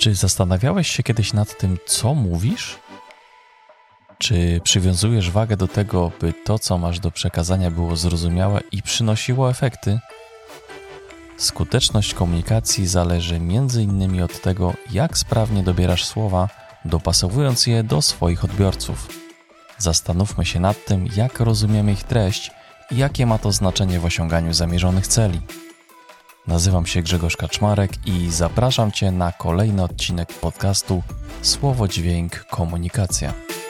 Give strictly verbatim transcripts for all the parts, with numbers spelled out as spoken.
Czy zastanawiałeś się kiedyś nad tym, co mówisz? Czy przywiązujesz wagę do tego, by to, co masz do przekazania, było zrozumiałe i przynosiło efekty? Skuteczność komunikacji zależy między innymi od tego, jak sprawnie dobierasz słowa, dopasowując je do swoich odbiorców. Zastanówmy się nad tym, jak rozumiemy ich treść i jakie ma to znaczenie w osiąganiu zamierzonych celi. Nazywam się Grzegorz Kaczmarek i zapraszam Cię na kolejny odcinek podcastu Słowo, Dźwięk, Komunikacja.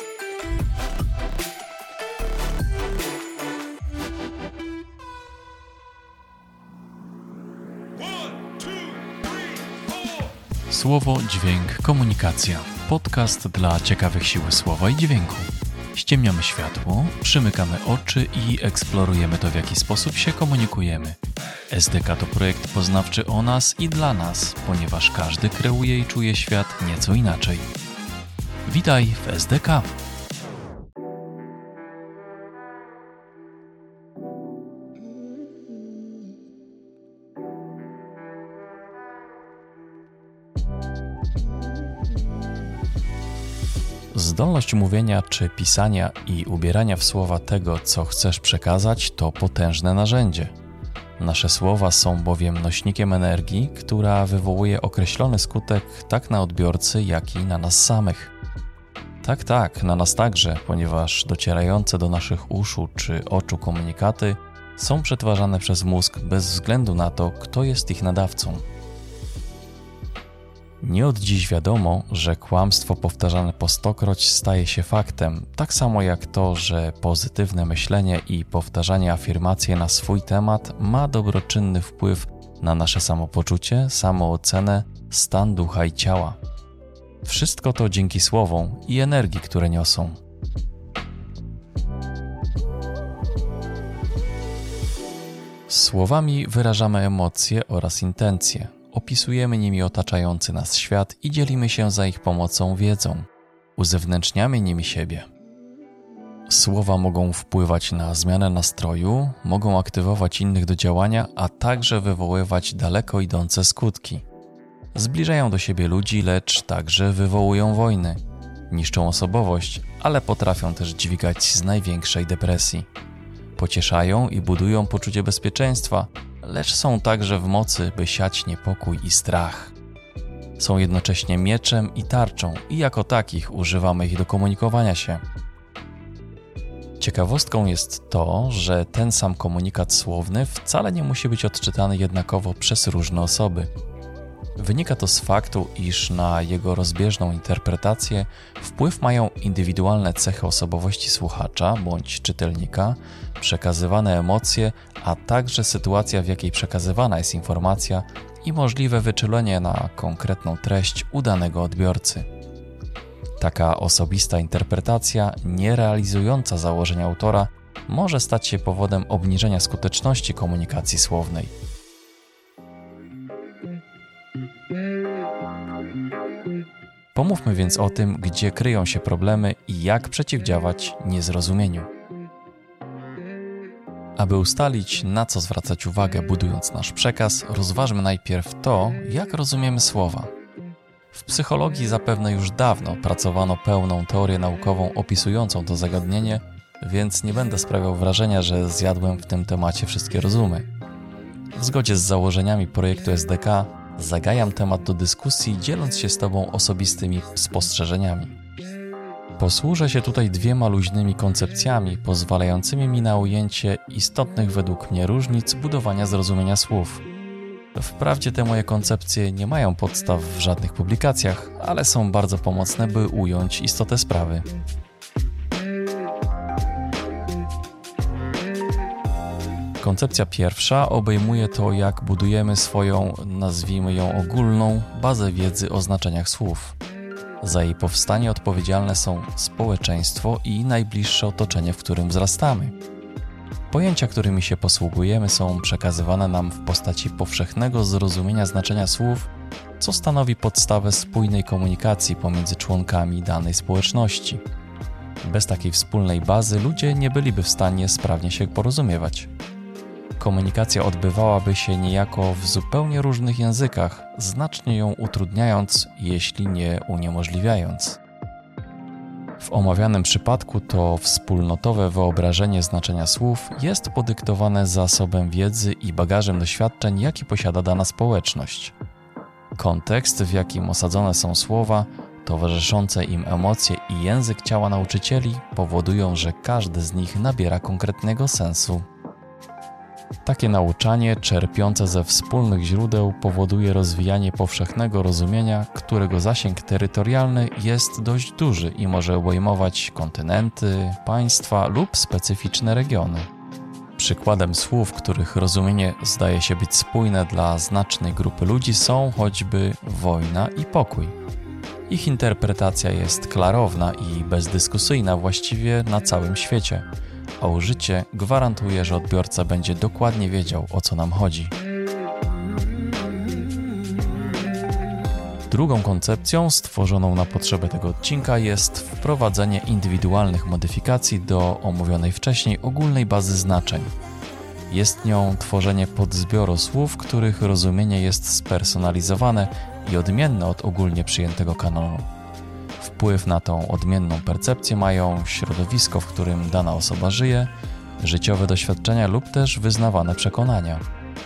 Słowo, Dźwięk, Komunikacja. Podcast dla ciekawych siły słowa i dźwięku. Ściemniamy światło, przymykamy oczy i eksplorujemy to, w jaki sposób się komunikujemy. S D K to projekt poznawczy o nas i dla nas, ponieważ każdy kreuje i czuje świat nieco inaczej. Witaj w S D K! Zdolność mówienia czy pisania i ubierania w słowa tego, co chcesz przekazać, to potężne narzędzie. Nasze słowa są bowiem nośnikiem energii, która wywołuje określony skutek tak na odbiorcy, jak i na nas samych. Tak, tak, na nas także, ponieważ docierające do naszych uszu czy oczu komunikaty są przetwarzane przez mózg bez względu na to, kto jest ich nadawcą. Nie od dziś wiadomo, że kłamstwo powtarzane po stokroć staje się faktem, tak samo jak to, że pozytywne myślenie i powtarzanie afirmacji na swój temat ma dobroczynny wpływ na nasze samopoczucie, samoocenę, stan ducha i ciała. Wszystko to dzięki słowom i energii, które niosą. Słowami wyrażamy emocje oraz intencje. Opisujemy nimi otaczający nas świat i dzielimy się za ich pomocą wiedzą. Uzewnętrzniamy nimi siebie. Słowa mogą wpływać na zmianę nastroju, mogą aktywować innych do działania, a także wywoływać daleko idące skutki. Zbliżają do siebie ludzi, lecz także wywołują wojny. Niszczą osobowość, ale potrafią też dźwigać z największej depresji. Pocieszają i budują poczucie bezpieczeństwa, lecz są także w mocy, by siać niepokój i strach. Są jednocześnie mieczem i tarczą i jako takich używamy ich do komunikowania się. Ciekawostką jest to, że ten sam komunikat słowny wcale nie musi być odczytany jednakowo przez różne osoby. Wynika to z faktu, iż na jego rozbieżną interpretację wpływ mają indywidualne cechy osobowości słuchacza bądź czytelnika, przekazywane emocje, a także sytuacja, w jakiej przekazywana jest informacja i możliwe wyczulenie na konkretną treść u danego odbiorcy. Taka osobista interpretacja, nie realizująca założeń autora, może stać się powodem obniżenia skuteczności komunikacji słownej. Pomówmy więc o tym, gdzie kryją się problemy i jak przeciwdziałać niezrozumieniu. Aby ustalić, na co zwracać uwagę budując nasz przekaz, rozważmy najpierw to, jak rozumiemy słowa. W psychologii zapewne już dawno opracowano pełną teorię naukową opisującą to zagadnienie, więc nie będę sprawiał wrażenia, że zjadłem w tym temacie wszystkie rozumy. W zgodzie z założeniami projektu S D K zagajam temat do dyskusji, dzieląc się z Tobą osobistymi spostrzeżeniami. Posłużę się tutaj dwiema luźnymi koncepcjami, pozwalającymi mi na ujęcie istotnych według mnie różnic budowania zrozumienia słów. Wprawdzie te moje koncepcje nie mają podstaw w żadnych publikacjach, ale są bardzo pomocne, by ująć istotę sprawy. Koncepcja pierwsza obejmuje to, jak budujemy swoją, nazwijmy ją ogólną, bazę wiedzy o znaczeniach słów. Za jej powstanie odpowiedzialne są społeczeństwo i najbliższe otoczenie, w którym wzrastamy. Pojęcia, którymi się posługujemy, są przekazywane nam w postaci powszechnego zrozumienia znaczenia słów, co stanowi podstawę spójnej komunikacji pomiędzy członkami danej społeczności. Bez takiej wspólnej bazy ludzie nie byliby w stanie sprawnie się porozumiewać. komunikacja odbywałaby się niejako w zupełnie różnych językach, znacznie ją utrudniając, jeśli nie uniemożliwiając. W omawianym przypadku to wspólnotowe wyobrażenie znaczenia słów jest podyktowane zasobem wiedzy i bagażem doświadczeń, jaki posiada dana społeczność. Kontekst, w jakim osadzone są słowa, towarzyszące im emocje i język ciała nauczycieli powodują, że każdy z nich nabiera konkretnego sensu. Takie nauczanie, czerpiące ze wspólnych źródeł, powoduje rozwijanie powszechnego rozumienia, którego zasięg terytorialny jest dość duży i może obejmować kontynenty, państwa lub specyficzne regiony. Przykładem słów, których rozumienie zdaje się być spójne dla znacznej grupy ludzi, są choćby wojna i pokój. Ich interpretacja jest klarowna i bezdyskusyjna właściwie na całym świecie, a użycie gwarantuje, że odbiorca będzie dokładnie wiedział, o co nam chodzi. Drugą koncepcją stworzoną na potrzeby tego odcinka jest wprowadzenie indywidualnych modyfikacji do omówionej wcześniej ogólnej bazy znaczeń. Jest nią tworzenie podzbioru słów, których rozumienie jest spersonalizowane i odmienne od ogólnie przyjętego kanonu. Wpływ na tą odmienną percepcję mają środowisko, w którym dana osoba żyje, życiowe doświadczenia lub też wyznawane przekonania.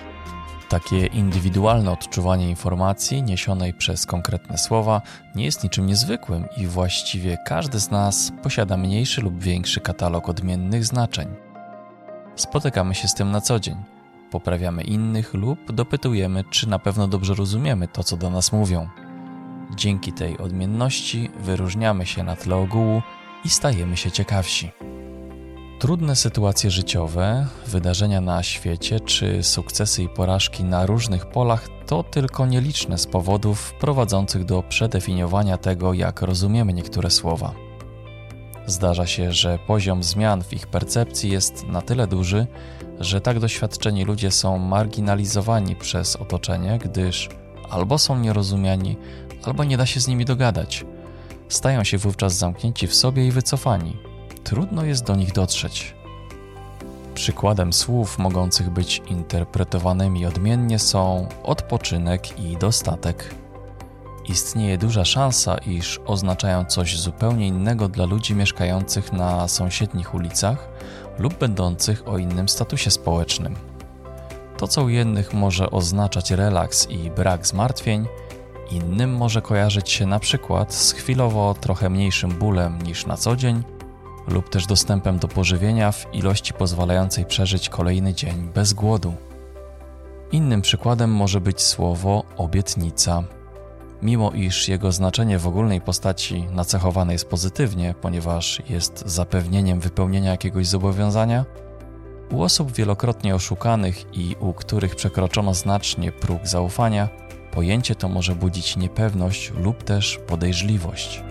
Takie indywidualne odczuwanie informacji niesionej przez konkretne słowa nie jest niczym niezwykłym i właściwie każdy z nas posiada mniejszy lub większy katalog odmiennych znaczeń. Spotykamy się z tym na co dzień, poprawiamy innych lub dopytujemy, czy na pewno dobrze rozumiemy to, co do nas mówią. Dzięki tej odmienności wyróżniamy się na tle ogółu i stajemy się ciekawsi. Trudne sytuacje życiowe, wydarzenia na świecie czy sukcesy i porażki na różnych polach to tylko nieliczne z powodów prowadzących do przedefiniowania tego, jak rozumiemy niektóre słowa. Zdarza się, że poziom zmian w ich percepcji jest na tyle duży, że tak doświadczeni ludzie są marginalizowani przez otoczenie, gdyż albo są nierozumiani, albo nie da się z nimi dogadać. Stają się wówczas zamknięci w sobie i wycofani. Trudno jest do nich dotrzeć. Przykładem słów mogących być interpretowanymi odmiennie są odpoczynek i dostatek. Istnieje duża szansa, iż oznaczają coś zupełnie innego dla ludzi mieszkających na sąsiednich ulicach lub będących o innym statusie społecznym. To, co u jednych może oznaczać relaks i brak zmartwień, innym może kojarzyć się na przykład z chwilowo trochę mniejszym bólem niż na co dzień lub też dostępem do pożywienia w ilości pozwalającej przeżyć kolejny dzień bez głodu. Innym przykładem może być słowo obietnica. Mimo iż jego znaczenie w ogólnej postaci nacechowane jest pozytywnie, ponieważ jest zapewnieniem wypełnienia jakiegoś zobowiązania, u osób wielokrotnie oszukanych i u których przekroczono znacznie próg zaufania, pojęcie to może budzić niepewność lub też podejrzliwość.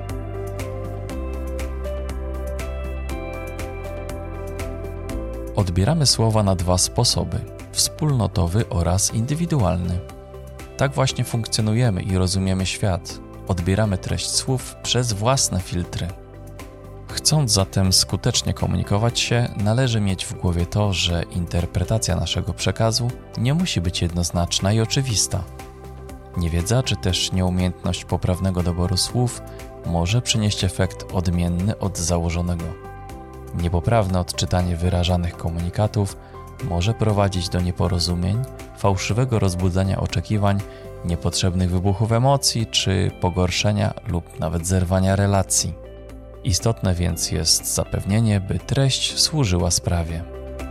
Odbieramy słowa na dwa sposoby: wspólnotowy oraz indywidualny. Tak właśnie funkcjonujemy i rozumiemy świat. Odbieramy treść słów przez własne filtry. Chcąc zatem skutecznie komunikować się, należy mieć w głowie to, że interpretacja naszego przekazu nie musi być jednoznaczna i oczywista. Niewiedza czy też nieumiejętność poprawnego doboru słów może przynieść efekt odmienny od założonego. Niepoprawne odczytanie wyrażanych komunikatów może prowadzić do nieporozumień, fałszywego rozbudzania oczekiwań, niepotrzebnych wybuchów emocji czy pogorszenia lub nawet zerwania relacji. Istotne więc jest zapewnienie, by treść służyła sprawie.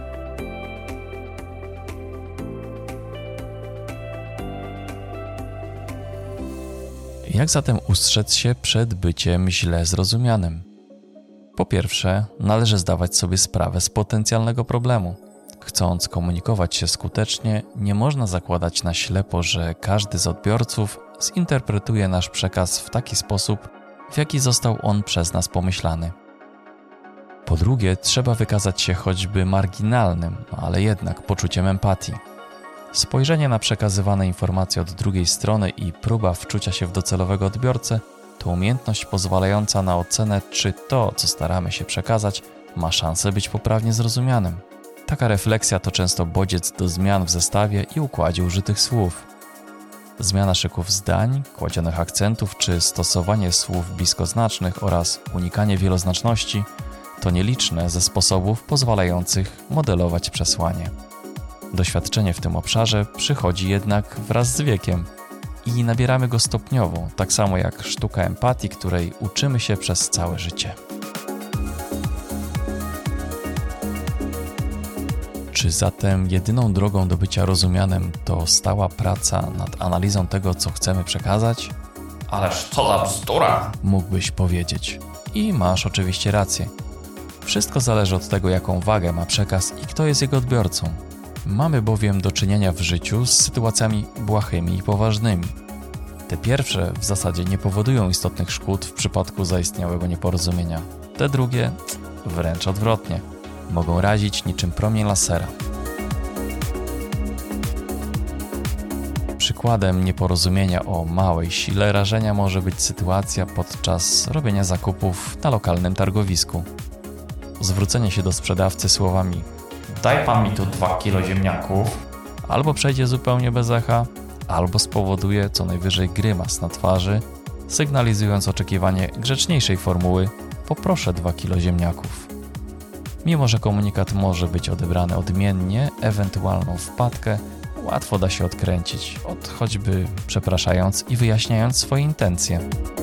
Jak zatem ustrzec się przed byciem źle zrozumianym? Po pierwsze, należy zdawać sobie sprawę z potencjalnego problemu. Chcąc komunikować się skutecznie, nie można zakładać na ślepo, że każdy z odbiorców zinterpretuje nasz przekaz w taki sposób, w jaki został on przez nas pomyślany. Po drugie, trzeba wykazać się choćby marginalnym, ale jednak poczuciem empatii. Spojrzenie na przekazywane informacje od drugiej strony i próba wczucia się w docelowego odbiorcę to umiejętność pozwalająca na ocenę, czy to, co staramy się przekazać, ma szansę być poprawnie zrozumianym. Taka refleksja to często bodziec do zmian w zestawie i układzie użytych słów. Zmiana szyków zdań, kładzionych akcentów czy stosowanie słów bliskoznacznych oraz unikanie wieloznaczności to nieliczne ze sposobów pozwalających modelować przesłanie. Doświadczenie w tym obszarze przychodzi jednak wraz z wiekiem i nabieramy go stopniowo, tak samo jak sztuka empatii, której uczymy się przez całe życie. Czy zatem jedyną drogą do bycia rozumianym to stała praca nad analizą tego, co chcemy przekazać? Ależ co za bzdura! Mógłbyś powiedzieć. I masz oczywiście rację. Wszystko zależy od tego, jaką wagę ma przekaz i kto jest jego odbiorcą. Mamy bowiem do czynienia w życiu z sytuacjami błahymi i poważnymi. Te pierwsze w zasadzie nie powodują istotnych szkód w przypadku zaistniałego nieporozumienia. Te drugie wręcz odwrotnie. Mogą razić niczym promień lasera. Przykładem nieporozumienia o małej sile rażenia może być sytuacja podczas robienia zakupów na lokalnym targowisku. Zwrócenie się do sprzedawcy słowami Daj pan mi tu dwa kilo ziemniaków. albo przejdzie zupełnie bez echa, albo spowoduje co najwyżej grymas na twarzy, sygnalizując oczekiwanie grzeczniejszej formuły poproszę dwa kilo ziemniaków. Mimo że komunikat może być odebrany odmiennie, ewentualną wpadkę łatwo da się odkręcić, od choćby przepraszając i wyjaśniając swoje intencje.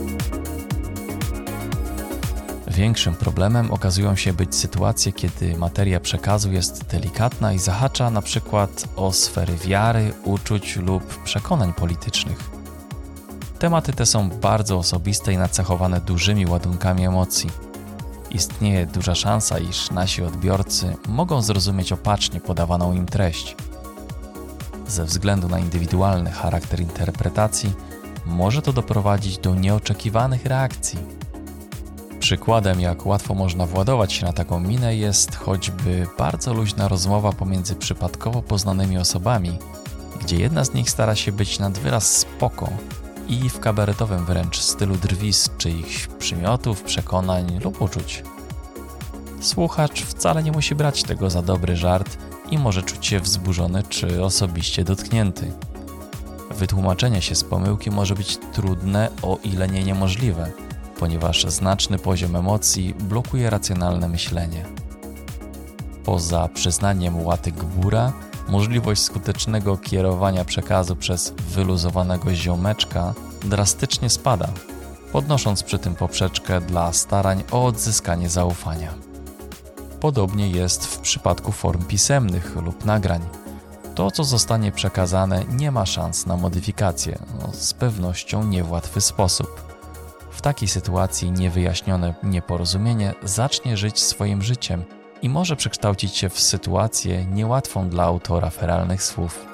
Większym problemem okazują się być sytuacje, kiedy materia przekazu jest delikatna i zahacza na przykład o sfery wiary, uczuć lub przekonań politycznych. Tematy te są bardzo osobiste i nacechowane dużymi ładunkami emocji. Istnieje duża szansa, iż nasi odbiorcy mogą zrozumieć opacznie podawaną im treść. Ze względu na indywidualny charakter interpretacji może to doprowadzić do nieoczekiwanych reakcji. Przykładem, jak łatwo można władować się na taką minę, jest choćby bardzo luźna rozmowa pomiędzy przypadkowo poznanymi osobami, gdzie jedna z nich stara się być nad wyraz spoko i w kabaretowym wręcz stylu drwi z czyichś przymiotów, przekonań lub uczuć. Słuchacz wcale nie musi brać tego za dobry żart i może czuć się wzburzony czy osobiście dotknięty. Wytłumaczenie się z pomyłki może być trudne, o ile nie niemożliwe, ponieważ znaczny poziom emocji blokuje racjonalne myślenie. Poza przyznaniem łaty gbura, możliwość skutecznego kierowania przekazu przez wyluzowanego ziomeczka drastycznie spada, podnosząc przy tym poprzeczkę dla starań o odzyskanie zaufania. Podobnie jest w przypadku form pisemnych lub nagrań. To, co zostanie przekazane, nie ma szans na modyfikację, no, z pewnością nie w łatwy sposób. W takiej sytuacji niewyjaśnione nieporozumienie zacznie żyć swoim życiem i może przekształcić się w sytuację niełatwą dla autora feralnych słów.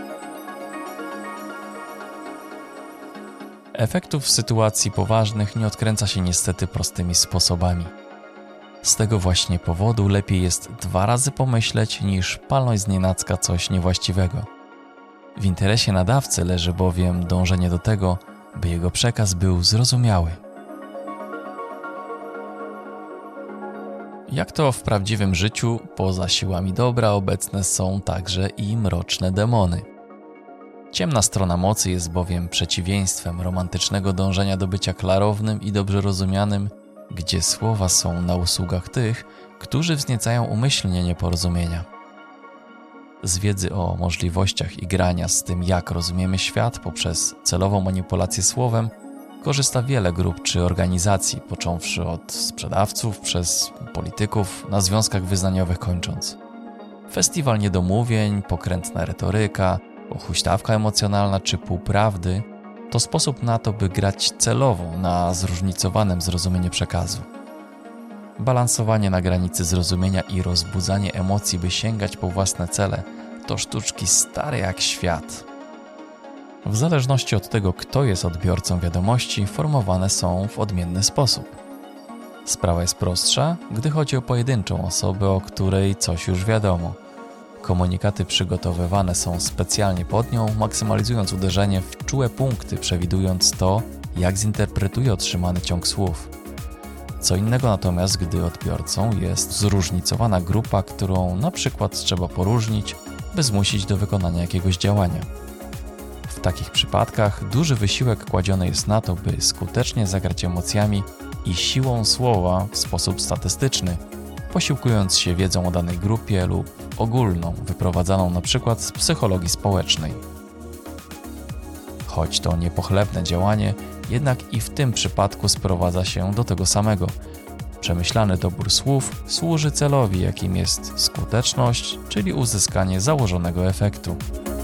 Efektów w sytuacji poważnych nie odkręca się niestety prostymi sposobami. Z tego właśnie powodu lepiej jest dwa razy pomyśleć, niż palnąć znienacka coś niewłaściwego. W interesie nadawcy leży bowiem dążenie do tego, by jego przekaz był zrozumiały. Jak to w prawdziwym życiu, poza siłami dobra obecne są także i mroczne demony. Ciemna strona mocy jest bowiem przeciwieństwem romantycznego dążenia do bycia klarownym i dobrze rozumianym, gdzie słowa są na usługach tych, którzy wzniecają umyślnie nieporozumienia. Z wiedzy o możliwościach igrania z tym, jak rozumiemy świat poprzez celową manipulację słowem, korzysta wiele grup czy organizacji, począwszy od sprzedawców, przez polityków, na związkach wyznaniowych kończąc. Festiwal niedomówień, pokrętna retoryka, huśtawka emocjonalna czy półprawdy to sposób na to, by grać celowo na zróżnicowanym zrozumieniu przekazu. Balansowanie na granicy zrozumienia i rozbudzanie emocji, by sięgać po własne cele, to sztuczki stare jak świat. W zależności od tego, kto jest odbiorcą wiadomości, formowane są w odmienny sposób. Sprawa jest prostsza, gdy chodzi o pojedynczą osobę, o której coś już wiadomo. Komunikaty przygotowywane są specjalnie pod nią, maksymalizując uderzenie w czułe punkty, przewidując to, jak zinterpretuje otrzymany ciąg słów. Co innego natomiast, gdy odbiorcą jest zróżnicowana grupa, którą na przykład trzeba poróżnić, by zmusić do wykonania jakiegoś działania. W takich przypadkach duży wysiłek kładziony jest na to, by skutecznie zagrać emocjami i siłą słowa w sposób statystyczny, posiłkując się wiedzą o danej grupie lub ogólną, wyprowadzaną na przykład z psychologii społecznej. Choć to niepochlebne działanie, jednak i w tym przypadku sprowadza się do tego samego. Przemyślany dobór słów służy celowi, jakim jest skuteczność, czyli uzyskanie założonego efektu.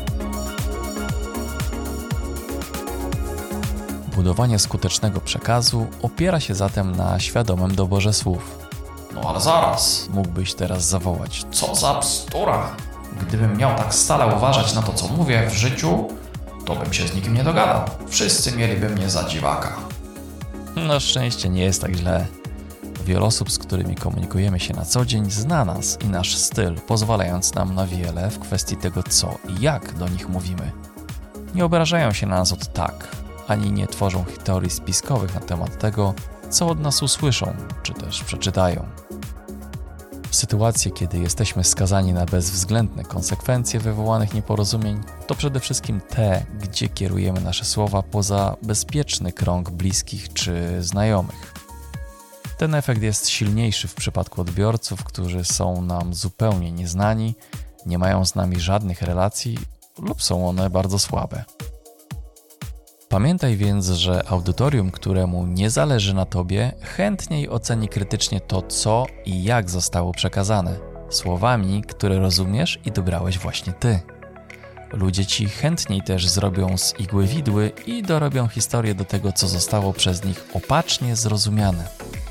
Budowanie skutecznego przekazu opiera się zatem na świadomym doborze słów. No ale zaraz, Mógłbyś teraz zawołać: co za bzdura! Gdybym miał tak stale uważać na to, co mówię w życiu, to bym się z nikim nie dogadał. Wszyscy mieliby mnie za dziwaka. Na szczęście nie jest tak źle. Wiele osób, z którymi komunikujemy się na co dzień, zna nas i nasz styl, pozwalając nam na wiele w kwestii tego, co i jak do nich mówimy. Nie obrażają się na nas od tak, ani nie tworzą teorii spiskowych na temat tego, co od nas usłyszą, czy też przeczytają. Sytuacje, kiedy jesteśmy skazani na bezwzględne konsekwencje wywołanych nieporozumień, to przede wszystkim te, gdzie kierujemy nasze słowa poza bezpieczny krąg bliskich czy znajomych. Ten efekt jest silniejszy w przypadku odbiorców, którzy są nam zupełnie nieznani, nie mają z nami żadnych relacji lub są one bardzo słabe. Pamiętaj więc, że audytorium, któremu nie zależy na tobie, chętniej oceni krytycznie to, co i jak zostało przekazane, słowami, które rozumiesz i dobrałeś właśnie ty. Ludzie ci chętniej też zrobią z igły widły i dorobią historię do tego, co zostało przez nich opacznie zrozumiane.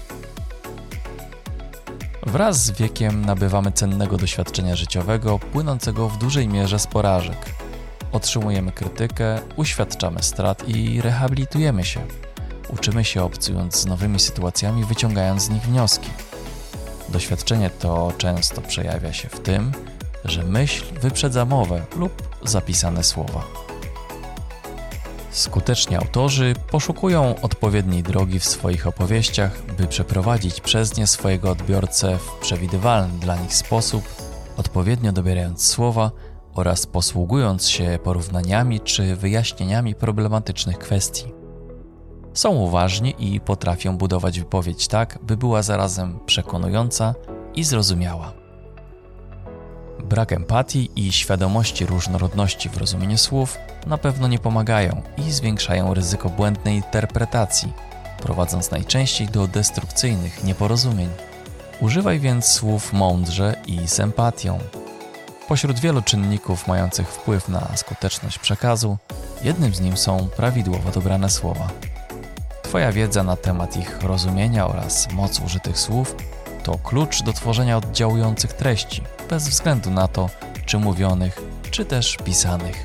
Wraz z wiekiem nabywamy cennego doświadczenia życiowego, płynącego w dużej mierze z porażek. Otrzymujemy krytykę, uświadczamy strat i rehabilitujemy się. Uczymy się obcując z nowymi sytuacjami, wyciągając z nich wnioski. Doświadczenie to często przejawia się w tym, że myśl wyprzedza mowę lub zapisane słowa. Skuteczni autorzy poszukują odpowiedniej drogi w swoich opowieściach, by przeprowadzić przez nie swojego odbiorcę w przewidywalny dla nich sposób, odpowiednio dobierając słowa oraz posługując się porównaniami czy wyjaśnieniami problematycznych kwestii. Są uważni i potrafią budować wypowiedź tak, by była zarazem przekonująca i zrozumiała. Brak empatii i świadomości różnorodności w rozumieniu słów na pewno nie pomagają i zwiększają ryzyko błędnej interpretacji, prowadząc najczęściej do destrukcyjnych nieporozumień. Używaj więc słów mądrze i z empatią. Pośród wielu czynników mających wpływ na skuteczność przekazu, jednym z nich są prawidłowo dobrane słowa. Twoja wiedza na temat ich rozumienia oraz moc użytych słów to klucz do tworzenia oddziałujących treści, bez względu na to, czy mówionych, czy też pisanych.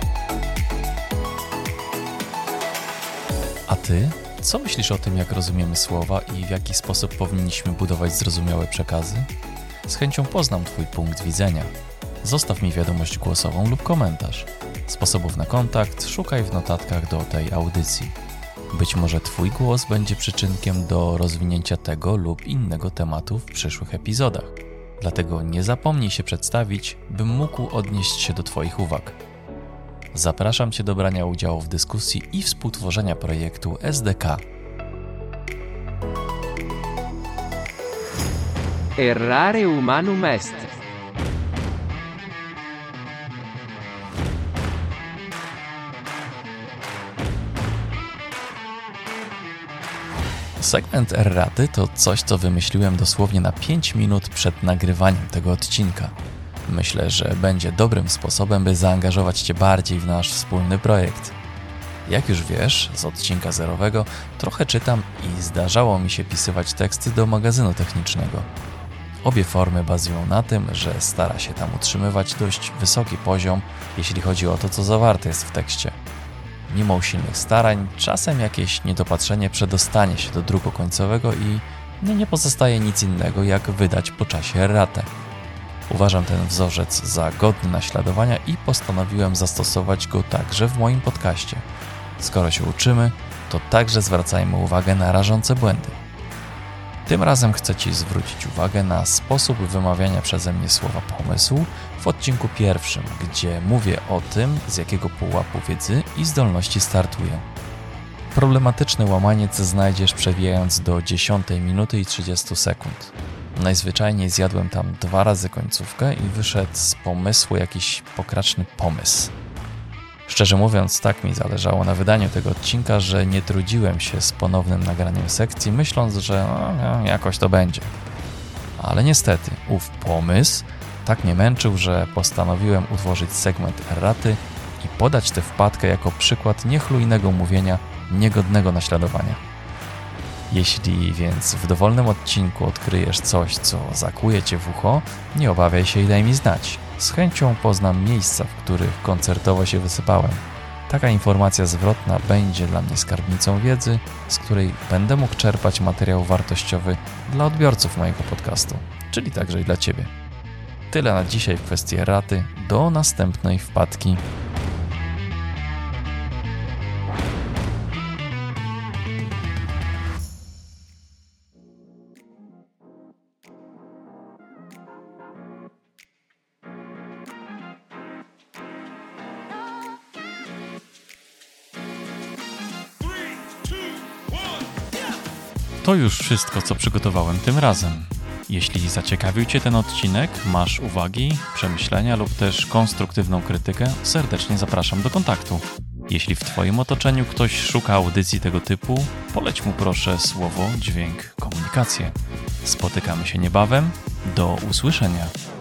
A ty? Co myślisz o tym, jak rozumiemy słowa i w jaki sposób powinniśmy budować zrozumiałe przekazy? Z chęcią poznam Twój punkt widzenia. Zostaw mi wiadomość głosową lub komentarz. Sposobów na kontakt szukaj w notatkach do tej audycji. Być może Twój głos będzie przyczynkiem do rozwinięcia tego lub innego tematu w przyszłych epizodach. Dlatego nie zapomnij się przedstawić, bym mógł odnieść się do Twoich uwag. Zapraszam Cię do brania udziału w dyskusji i współtworzenia projektu S D K. Errare humanum est. Segment erraty to coś, co wymyśliłem dosłownie na pięć minut przed nagrywaniem tego odcinka. Myślę, że będzie dobrym sposobem, by zaangażować Cię bardziej w nasz wspólny projekt. Jak już wiesz, z odcinka zerowego trochę czytam i zdarzało mi się pisywać teksty do magazynu technicznego. Obie formy bazują na tym, że stara się tam utrzymywać dość wysoki poziom, jeśli chodzi o to, co zawarte jest w tekście. Mimo usilnych starań, czasem jakieś niedopatrzenie przedostanie się do druku końcowego i mnie nie pozostaje nic innego, jak wydać po czasie erratę. Uważam ten wzorzec za godny naśladowania i postanowiłem zastosować go także w moim podcaście. Skoro się uczymy, to także zwracajmy uwagę na rażące błędy. Tym razem chcę Ci zwrócić uwagę na sposób wymawiania przeze mnie słowa pomysł w odcinku pierwszym, gdzie mówię o tym, z jakiego pułapu wiedzy i zdolności startuję. Problematyczny łamaniec znajdziesz przewijając do dziesiątej minuty i trzydziestu sekund. Najzwyczajniej zjadłem tam dwa razy końcówkę i wyszedł z pomysłu jakiś pokraczny pomysł. Szczerze mówiąc, tak mi zależało na wydaniu tego odcinka, że nie trudziłem się z ponownym nagraniem sekcji, myśląc, że no, jakoś to będzie. Ale niestety, ów pomysł tak mnie męczył, że postanowiłem utworzyć segment erraty i podać tę wpadkę jako przykład niechlujnego mówienia, niegodnego naśladowania. Jeśli więc w dowolnym odcinku odkryjesz coś, co zakuje Cię w ucho, nie obawiaj się i daj mi znać. Z chęcią poznam miejsca, w których koncertowo się wysypałem. Taka informacja zwrotna będzie dla mnie skarbnicą wiedzy, z której będę mógł czerpać materiał wartościowy dla odbiorców mojego podcastu, czyli także i dla Ciebie. Tyle na dzisiaj w kwestii erraty. Do następnej wpadki. To już wszystko, co przygotowałem tym razem. Jeśli zaciekawił Cię ten odcinek, masz uwagi, przemyślenia lub też konstruktywną krytykę, serdecznie zapraszam do kontaktu. Jeśli w Twoim otoczeniu ktoś szuka audycji tego typu, poleć mu proszę słowo, dźwięk, komunikację. Spotykamy się niebawem. Do usłyszenia.